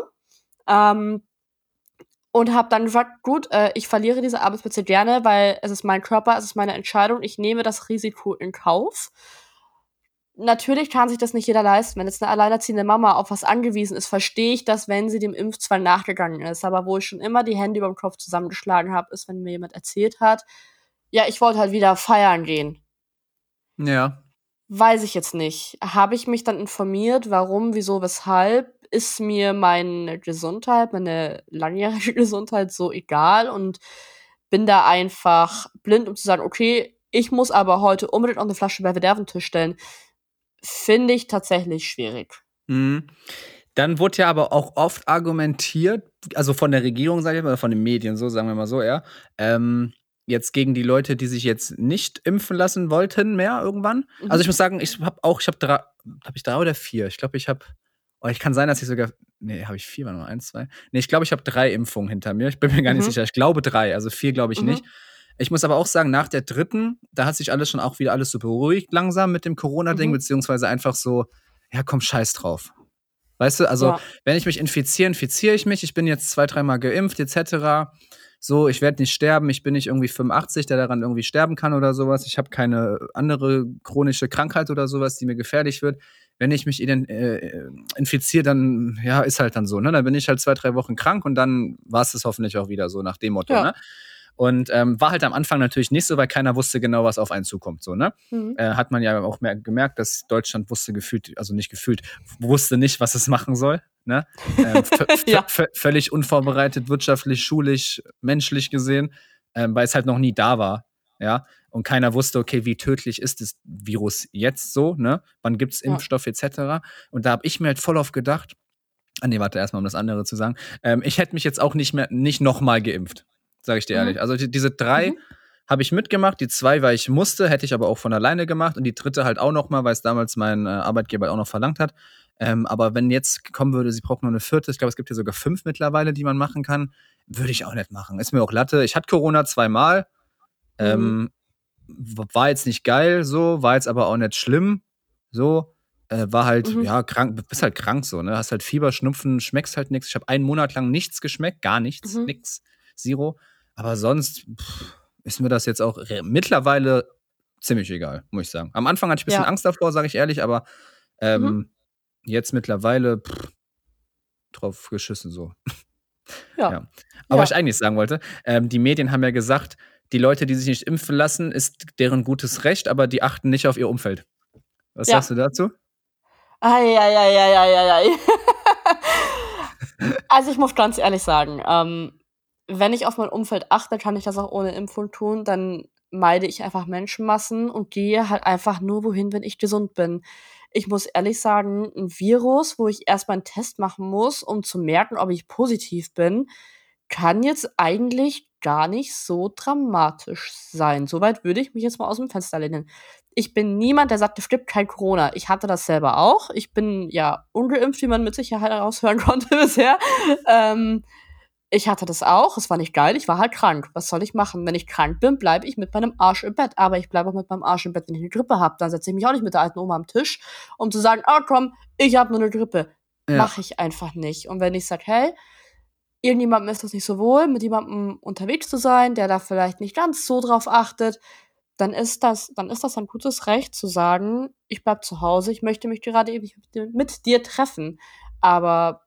Und habe dann gesagt, gut, ich verliere diese Arbeitsplätze gerne, weil es ist mein Körper, es ist meine Entscheidung, ich nehme das Risiko in Kauf. Natürlich kann sich das nicht jeder leisten. Wenn jetzt eine alleinerziehende Mama auf was angewiesen ist, verstehe ich das, wenn sie dem Impfzwang nachgegangen ist. Aber wo ich schon immer die Hände über dem Kopf zusammengeschlagen habe, ist, wenn mir jemand erzählt hat, ja, ich wollte halt wieder feiern gehen. Ja. Weiß ich jetzt nicht. Habe ich mich dann informiert, warum, wieso, weshalb? Ist mir meine Gesundheit, meine langjährige Gesundheit so egal und bin da einfach blind, um zu sagen, okay, ich muss aber heute unbedingt noch eine Flasche Belvedere auf den Tisch stellen. Finde ich tatsächlich schwierig. Mhm. Dann wurde ja aber auch oft argumentiert, also von der Regierung, sage ich mal, oder von den Medien, so sagen wir mal so, ja, jetzt gegen die Leute, die sich jetzt nicht impfen lassen wollten mehr irgendwann. Also ich muss sagen, ich habe 3 oder 4. Ich glaube, ich kann sein, dass ich sogar, habe ich 4, warte mal, 1, 2. Nee, ich glaube, ich habe 3 Impfungen hinter mir. Ich bin mir gar nicht sicher. Ich glaube 3, also 4 glaube ich nicht. Ich muss aber auch sagen, nach der 3., da hat sich alles schon auch wieder alles so beruhigt langsam mit dem Corona-Ding, beziehungsweise einfach so, ja komm, scheiß drauf. Weißt du, also wenn ich mich infiziere ich mich. Ich bin jetzt 2, 3 Mal geimpft, etc. So, ich werde nicht sterben. Ich bin nicht irgendwie 85, der daran irgendwie sterben kann oder sowas. Ich habe keine andere chronische Krankheit oder sowas, die mir gefährlich wird. Wenn ich mich infiziere, dann, ja, ist halt dann so, ne? Dann bin ich halt 2, 3 Wochen krank und dann war es das hoffentlich auch wieder so nach dem Motto, ne? Und war halt am Anfang natürlich nicht so, weil keiner wusste genau, was auf einen zukommt, so, ne? Hat man ja auch gemerkt, dass Deutschland wusste nicht, was es machen soll, ne? Völlig unvorbereitet, wirtschaftlich, schulisch, menschlich gesehen, weil es halt noch nie da war, ja? Und keiner wusste, okay, wie tödlich ist das Virus jetzt so, ne? Wann gibt's Impfstoff etc. Und da habe ich mir halt voll auf gedacht, warte, erstmal, um das andere zu sagen, ich hätte mich jetzt auch nicht nochmal geimpft, sage ich dir ehrlich. Also diese 3 habe ich mitgemacht, die 2, weil ich musste, hätte ich aber auch von alleine gemacht und die 3. halt auch nochmal, weil es damals mein Arbeitgeber auch noch verlangt hat. Aber wenn jetzt kommen würde, sie braucht noch eine 4., ich glaube, es gibt hier sogar 5 mittlerweile, die man machen kann, würde ich auch nicht machen. Ist mir auch Latte. Ich hatte Corona 2-mal, war jetzt nicht geil, so, war jetzt aber auch nicht schlimm, so, war halt, ja, krank, bist halt krank so, ne, hast halt Fieber, Schnupfen, schmeckst halt nichts. Ich habe einen Monat lang nichts geschmeckt, gar nichts, nix, Zero, aber sonst ist mir das jetzt auch mittlerweile ziemlich egal, muss ich sagen. Am Anfang hatte ich ein bisschen Angst davor, sage ich ehrlich, aber jetzt mittlerweile drauf geschissen, so. Ja. Aber was ich eigentlich sagen wollte, die Medien haben ja gesagt, die Leute, die sich nicht impfen lassen, ist deren gutes Recht, aber die achten nicht auf ihr Umfeld. Was sagst du dazu? Also ich muss ganz ehrlich sagen, wenn ich auf mein Umfeld achte, kann ich das auch ohne Impfung tun, dann meide ich einfach Menschenmassen und gehe halt einfach nur wohin, wenn ich gesund bin. Ich muss ehrlich sagen, ein Virus, wo ich erstmal einen Test machen muss, um zu merken, ob ich positiv bin, kann jetzt eigentlich gar nicht so dramatisch sein. Soweit würde ich mich jetzt mal aus dem Fenster lehnen. Ich bin niemand, der sagt, es gibt kein Corona. Ich hatte das selber auch. Ich bin ja ungeimpft, wie man mit Sicherheit heraushören konnte bisher. Ich hatte das auch. Es war nicht geil. Ich war halt krank. Was soll ich machen? Wenn ich krank bin, bleibe ich mit meinem Arsch im Bett. Aber ich bleibe auch mit meinem Arsch im Bett, wenn ich eine Grippe habe. Dann setze ich mich auch nicht mit der alten Oma am Tisch, um zu sagen, komm, ich habe nur eine Grippe. Mache ich einfach nicht. Und wenn ich sage, hey, irgendjemandem ist das nicht so wohl, mit jemandem unterwegs zu sein, der da vielleicht nicht ganz so drauf achtet, dann ist das ein gutes Recht zu sagen, ich bleib zu Hause, ich möchte mich gerade eben mit dir treffen. Aber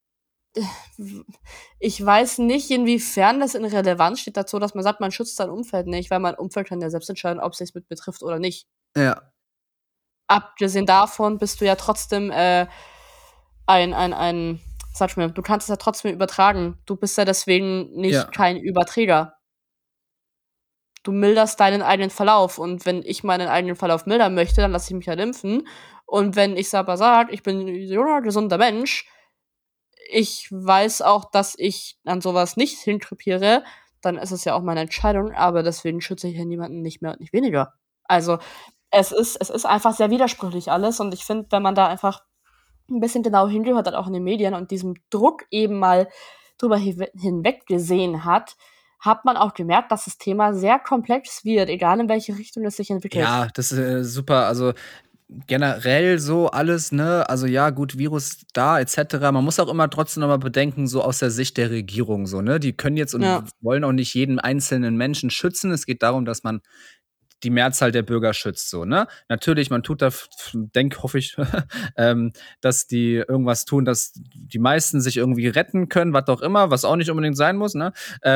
ich weiß nicht, inwiefern das in Relevanz steht dazu, dass man sagt, man schützt sein Umfeld nicht, weil mein Umfeld kann ja selbst entscheiden, ob es sich mit betrifft oder nicht. Ja. Abgesehen davon bist du ja trotzdem sag mir, du kannst es ja trotzdem übertragen. Du bist ja deswegen nicht kein Überträger. Du milderst deinen eigenen Verlauf. Und wenn ich meinen eigenen Verlauf mildern möchte, dann lasse ich mich halt impfen. Und wenn ich aber sage, ich bin ein junger, gesunder Mensch, ich weiß auch, dass ich an sowas nicht hinkrepiere, dann ist es ja auch meine Entscheidung, aber deswegen schütze ich ja niemanden nicht mehr und nicht weniger. Also, es ist einfach sehr widersprüchlich alles und ich finde, wenn man da einfach ein bisschen genau hingehört hat, auch in den Medien und diesem Druck eben mal drüber hinweg gesehen hat, hat man auch gemerkt, dass das Thema sehr komplex wird, egal in welche Richtung es sich entwickelt. Ja, das ist super. Also generell so alles, ne? Also ja, gut, Virus da, etc. Man muss auch immer trotzdem noch mal bedenken, so aus der Sicht der Regierung, so, ne? Die können jetzt und wollen auch nicht jeden einzelnen Menschen schützen. Es geht darum, dass man die Mehrzahl der Bürger schützt, so, ne? Natürlich, man tut da, hoffe ich, dass die irgendwas tun, dass die meisten sich irgendwie retten können, was auch immer, was auch nicht unbedingt sein muss, ne?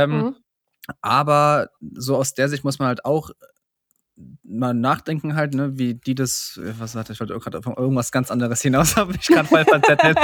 Aber so aus der Sicht muss man halt auch mal nachdenken halt, ne, wie die das, was sagt ich wollte gerade auf irgendwas ganz anderes hinaus, habe ich gerade voll verzettelt.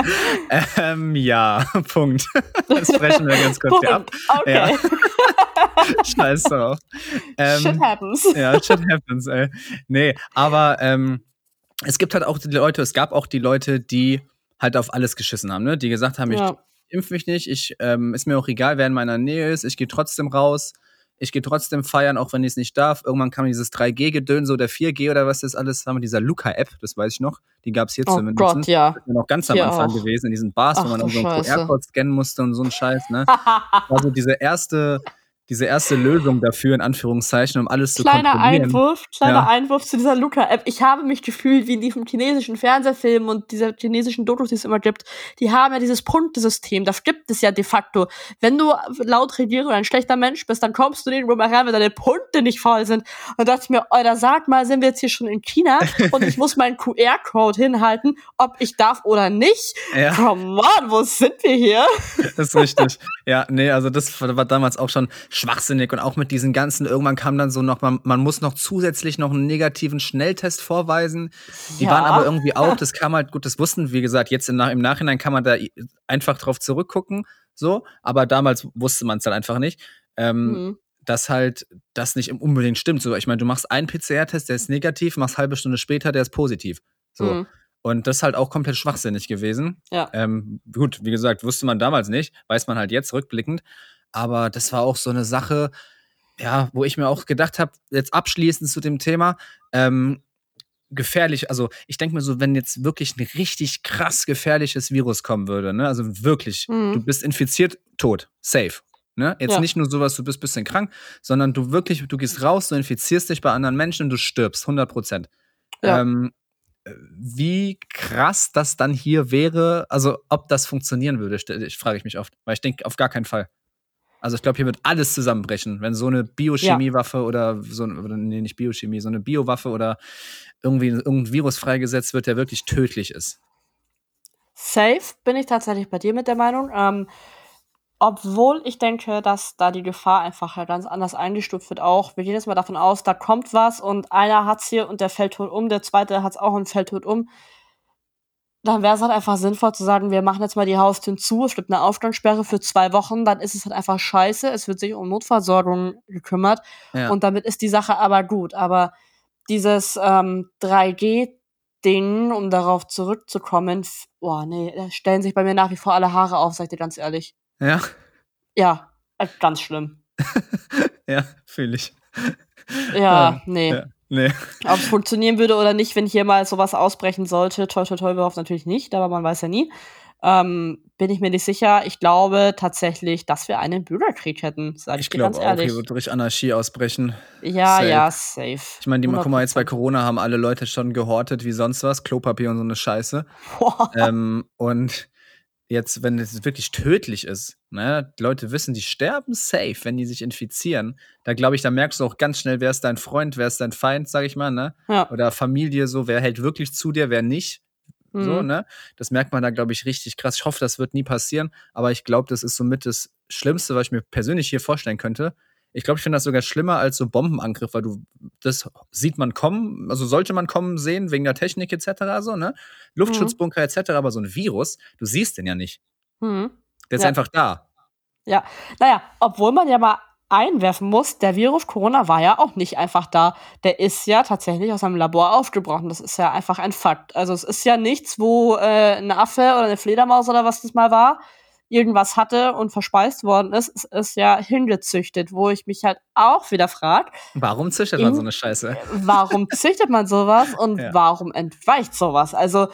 Ja, Punkt. Das sprechen wir ganz kurz hier ab. Okay. Ja. Scheiß drauf. Shit happens. Ja, shit happens, ey. Nee, aber es gibt halt auch die Leute, es gab auch die Leute, die halt auf alles geschissen haben, ne, die gesagt haben, ich impf mich nicht, ist mir auch egal, wer in meiner Nähe ist, ich gehe trotzdem raus. Ich gehe trotzdem feiern, auch wenn ich es nicht darf. Irgendwann kam dieses 3G-Gedönse oder 4G oder was das alles war, mit dieser Luca-App, das weiß ich noch. Die gab es hier zumindest. Oh Gott, ja. Das war noch ganz am Anfang gewesen, in diesen Bars, wo man dann so einen QR-Code scannen musste und so ein Scheiß, ne? Also diese erste Lösung dafür, in Anführungszeichen, um alles zu kontrollieren. Kleiner Einwurf zu dieser Luca-App. Ich habe mich gefühlt wie in diesem chinesischen Fernsehfilm und dieser chinesischen Dokus, die es immer gibt. Die haben ja dieses Punktesystem. Das gibt es ja de facto. Wenn du laut Regierung ein schlechter Mensch bist, dann kommst du irgendwo mal rein, wenn deine Punkte nicht voll sind. Und dachte ich mir, Alter, sag mal, sind wir jetzt hier schon in China und ich muss meinen QR-Code hinhalten, ob ich darf oder nicht? Ja. Come on, wo sind wir hier? Das ist richtig. Ja, nee, also das war damals auch schon schwachsinnig und auch mit diesen ganzen, irgendwann kam dann so noch, man muss noch zusätzlich noch einen negativen Schnelltest vorweisen. Die waren aber irgendwie auch, das kam halt, gut, das wussten, wie gesagt, jetzt im Nachhinein kann man da einfach drauf zurückgucken, so, aber damals wusste man es halt einfach nicht, dass halt das nicht unbedingt stimmt. So, ich meine, du machst einen PCR-Test, der ist negativ, machst halbe Stunde später, der ist positiv. So. Und das ist halt auch komplett schwachsinnig gewesen. Ja. Gut, wie gesagt, wusste man damals nicht, weiß man halt jetzt rückblickend. Aber das war auch so eine Sache, ja, wo ich mir auch gedacht habe, jetzt abschließend zu dem Thema, gefährlich, also ich denke mir so, wenn jetzt wirklich ein richtig krass gefährliches Virus kommen würde, ne, also wirklich, du bist infiziert, tot, safe. Ne? Jetzt nicht nur sowas, du bist ein bisschen krank, sondern du gehst raus, du infizierst dich bei anderen Menschen und du stirbst, 100%. Ja. Wie krass das dann hier wäre, also ob das funktionieren würde, frage ich mich oft, weil ich denke, auf gar keinen Fall. Also ich glaube, hier wird alles zusammenbrechen, wenn so eine Biochemiewaffe oder nicht Biochemie, so eine Biowaffe oder irgendein Virus freigesetzt wird, der wirklich tödlich ist. Safe bin ich tatsächlich bei dir mit der Meinung. Obwohl ich denke, dass da die Gefahr einfach ganz anders eingestuft wird auch. Wir gehen jetzt mal davon aus, da kommt was und einer hat's hier und der fällt tot um, der zweite hat's auch und fällt tot um. Dann wäre es halt einfach sinnvoll zu sagen, wir machen jetzt mal die Haustüren zu, es gibt eine Ausgangssperre für 2 Wochen, dann ist es halt einfach scheiße, es wird sich um Notversorgung gekümmert und damit ist die Sache aber gut. Aber dieses 3G-Ding, um darauf zurückzukommen, da stellen sich bei mir nach wie vor alle Haare auf, sag ich dir ganz ehrlich. Ja? Ja, ganz schlimm. Ja, fühle ich. Ja, nee. Ja. Nee. Ob es funktionieren würde oder nicht, wenn hier mal sowas ausbrechen sollte, toi, toi, toi, wir hoffen natürlich nicht, aber man weiß ja nie. Bin ich mir nicht sicher. Ich glaube tatsächlich, dass wir einen Bürgerkrieg hätten, sag ich dir ganz ehrlich. Ich glaube auch, hier wird durch Anarchie ausbrechen. Ja, safe. Ich meine, guck mal, jetzt bei Corona haben alle Leute schon gehortet wie sonst was, Klopapier und so eine Scheiße. Und jetzt, wenn es wirklich tödlich ist, ne, die Leute wissen, die sterben safe, wenn die sich infizieren. Da glaube ich, da merkst du auch ganz schnell, wer ist dein Freund, wer ist dein Feind, sag ich mal, ne? Ja. Oder Familie so, wer hält wirklich zu dir, wer nicht. So, ne? Das merkt man da, glaube ich, richtig krass. Ich hoffe, das wird nie passieren, aber ich glaube, das ist somit das Schlimmste, was ich mir persönlich hier vorstellen könnte. Ich glaube, ich finde das sogar schlimmer als so Bombenangriff, weil das sieht man kommen, also sollte man kommen sehen, wegen der Technik etc. so, ne? Luftschutzbunker etc., aber so ein Virus, du siehst den ja nicht. Mhm. Der ist Ja. einfach da. Ja, naja, obwohl man ja mal einwerfen muss, der Virus Corona war ja auch nicht einfach da. Der ist ja tatsächlich aus einem Labor aufgebrochen. Das ist ja einfach ein Fakt. Also es ist ja nichts, wo ein Affe oder eine Fledermaus oder was das mal war, irgendwas hatte und verspeist worden ist. Es ist ja hingezüchtet, wo ich mich halt auch wieder frage, Warum züchtet man so eine Scheiße? warum züchtet man sowas und Ja. warum entweicht sowas? Also,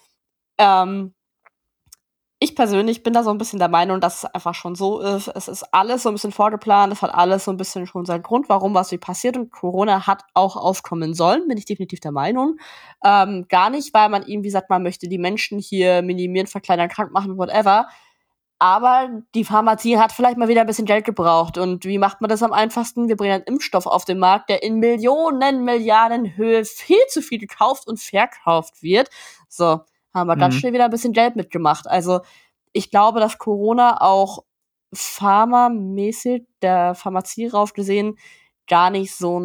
ich persönlich bin da so ein bisschen der Meinung, dass es einfach schon so ist. Es ist alles so ein bisschen vorgeplant. Es hat alles so ein bisschen schon seinen Grund, warum was wie passiert. Und Corona hat auch aufkommen sollen, bin ich definitiv der Meinung. Gar nicht, weil man irgendwie sagt, man möchte die Menschen hier minimieren, verkleinern, krank machen, whatever. Aber die Pharmazie hat vielleicht mal wieder ein bisschen Geld gebraucht. Und wie macht man das am einfachsten? Wir bringen einen Impfstoff auf den Markt, der in Millionen, Milliarden Höhe viel zu viel gekauft und verkauft wird. So, haben wir ganz schnell wieder ein bisschen Geld mitgemacht. Also ich glaube, dass Corona auch pharmamäßig, der Pharmazie rauf gesehen, gar nicht so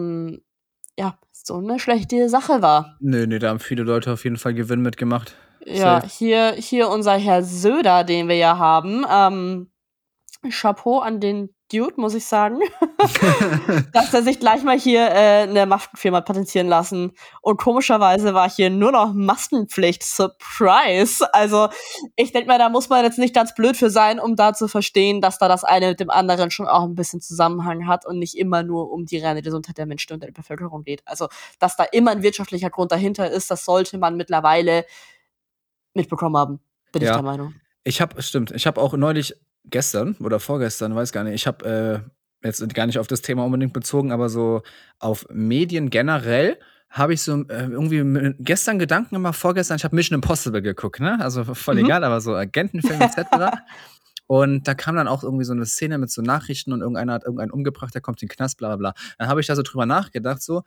eine schlechte Sache war. Nee, da haben viele Leute auf jeden Fall Gewinn mitgemacht. Ja, Safe. hier unser Herr Söder, den wir ja haben, Chapeau an den Dude, muss ich sagen, dass er sich gleich mal hier eine Maskenfirma hat patentieren lassen. Und komischerweise war hier nur noch Maskenpflicht. Surprise! Also ich denke mal, da muss man jetzt nicht ganz blöd für sein, um da zu verstehen, dass da das eine mit dem anderen schon auch ein bisschen Zusammenhang hat und nicht immer nur um die reine Gesundheit der Menschen und der Bevölkerung geht. Also, dass da immer ein wirtschaftlicher Grund dahinter ist, das sollte man mittlerweile mitbekommen haben, bin ich der Meinung. Ich habe auch neulich gestern oder vorgestern, weiß gar nicht, ich habe jetzt gar nicht auf das Thema unbedingt bezogen, aber so auf Medien generell habe ich so irgendwie gestern Gedanken gemacht, vorgestern, ich habe Mission Impossible geguckt, ne? Also voll egal, aber so Agentenfilme etc. Und da kam dann auch irgendwie so eine Szene mit so Nachrichten und irgendeiner hat irgendeinen umgebracht, der kommt in den Knast, bla bla bla. Dann habe ich da so drüber nachgedacht, so,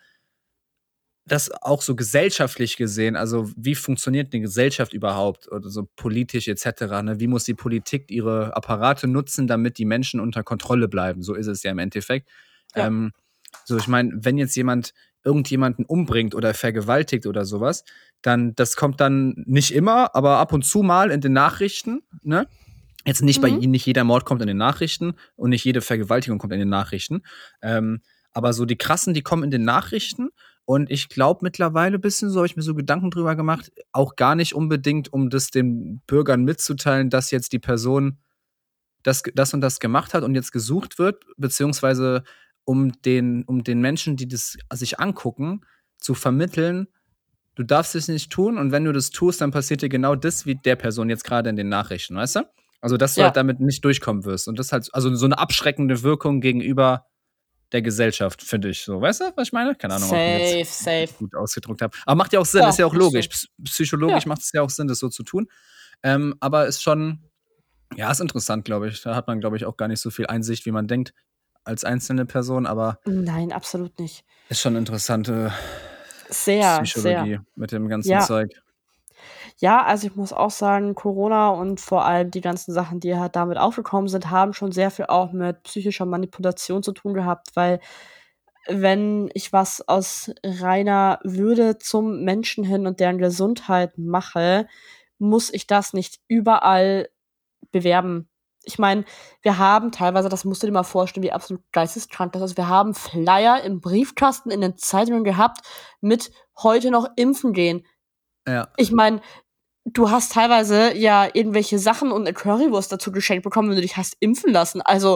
das auch so gesellschaftlich gesehen, also wie funktioniert eine Gesellschaft überhaupt oder so politisch etc., ne? Wie muss die Politik ihre Apparate nutzen, damit die Menschen unter Kontrolle bleiben? So ist es ja im Endeffekt. Ja. So, ich meine, wenn jetzt irgendjemanden umbringt oder vergewaltigt oder sowas, dann, das kommt dann nicht immer, aber ab und zu mal in den Nachrichten, ne? Jetzt nicht nicht jeder Mord kommt in den Nachrichten und nicht jede Vergewaltigung kommt in den Nachrichten. Aber so die krassen, die kommen in den Nachrichten. Und ich glaube mittlerweile ein bisschen, so habe ich mir so Gedanken drüber gemacht, auch gar nicht unbedingt, um das den Bürgern mitzuteilen, dass jetzt die Person das und das gemacht hat und jetzt gesucht wird, beziehungsweise um den Menschen, die das sich angucken, zu vermitteln, du darfst es nicht tun und wenn du das tust, dann passiert dir genau das wie der Person jetzt gerade in den Nachrichten, weißt du? Also, dass du halt damit nicht durchkommen wirst. Und das halt, also so eine abschreckende Wirkung gegenüber der Gesellschaft, finde ich so. Weißt du, was ich meine? Keine Ahnung, ob ich jetzt Safe. gut ausgedrückt habe. Aber macht ja auch Sinn, Ja, ist ja auch ist logisch. so. Psychologisch Ja. macht es ja auch Sinn, das so zu tun. Aber ist schon, ja, ist interessant, glaube ich. Da hat man, glaube ich, auch gar nicht so viel Einsicht, wie man denkt, als einzelne Person, aber Nein, absolut nicht. ist schon interessante Sehr, Psychologie sehr. mit dem ganzen Ja. Zeug. Ja, also ich muss auch sagen, Corona und vor allem die ganzen Sachen, die halt damit aufgekommen sind, haben schon sehr viel auch mit psychischer Manipulation zu tun gehabt, weil wenn ich was aus reiner Würde zum Menschen hin und deren Gesundheit mache, muss ich das nicht überall bewerben. Ich meine, wir haben teilweise, das musst du dir mal vorstellen, wie absolut geisteskrank das ist. Wir haben Flyer im Briefkasten in den Zeitungen gehabt mit heute noch impfen gehen. Ja. Ich meine, du hast teilweise ja irgendwelche Sachen und eine Currywurst dazu geschenkt bekommen, wenn du dich hast impfen lassen. Also,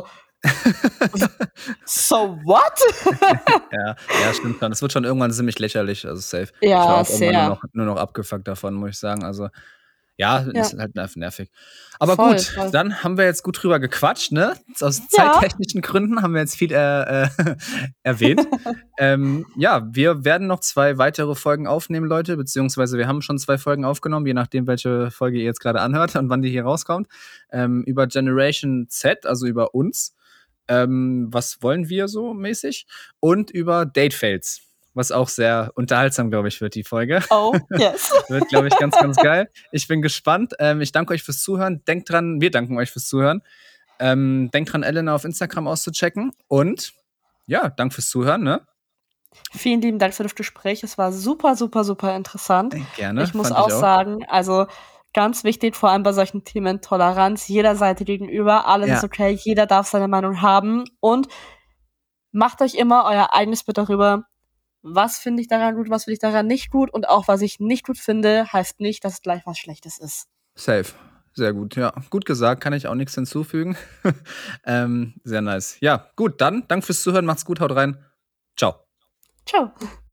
so what? Ja, stimmt schon. Es wird schon irgendwann ziemlich lächerlich, also safe. Ja, ich war auch sehr. irgendwann nur noch abgefuckt davon, muss ich sagen. Also, ja, ist halt nervig. Aber Voll, gut, voll. dann haben wir jetzt gut drüber gequatscht, ne? Aus zeittechnischen Gründen haben wir jetzt viel erwähnt. Ja, wir werden noch 2 weitere Folgen aufnehmen, Leute, beziehungsweise wir haben schon 2 Folgen aufgenommen, je nachdem, welche Folge ihr jetzt gerade anhört und wann die hier rauskommt. Über Generation Z, also über uns. Was wollen wir so mäßig? Und über Date-Fails. Was auch sehr unterhaltsam, glaube ich, wird, die Folge. Oh, yes. Wird, glaube ich, ganz, ganz geil. Ich bin gespannt. Ich danke euch fürs Zuhören. Denkt dran, wir danken euch fürs Zuhören. Denkt dran, Elena auf Instagram auszuchecken. Und ja, danke fürs Zuhören, ne? Vielen lieben Dank für das Gespräch. Es war super, super, super interessant. Gerne, Ich muss fand ich auch auch. sagen, also ganz wichtig, vor allem bei solchen Themen, Toleranz jeder Seite gegenüber. Alles Ja. ist okay, jeder darf seine Meinung haben. Und macht euch immer euer eigenes Bild darüber, was finde ich daran gut, was finde ich daran nicht gut. Und auch was ich nicht gut finde, heißt nicht, dass es gleich was Schlechtes ist. Safe. Sehr gut, ja. Gut gesagt, kann ich auch nichts hinzufügen. Sehr nice. Ja, gut, dann danke fürs Zuhören, macht's gut, haut rein. Ciao. Ciao.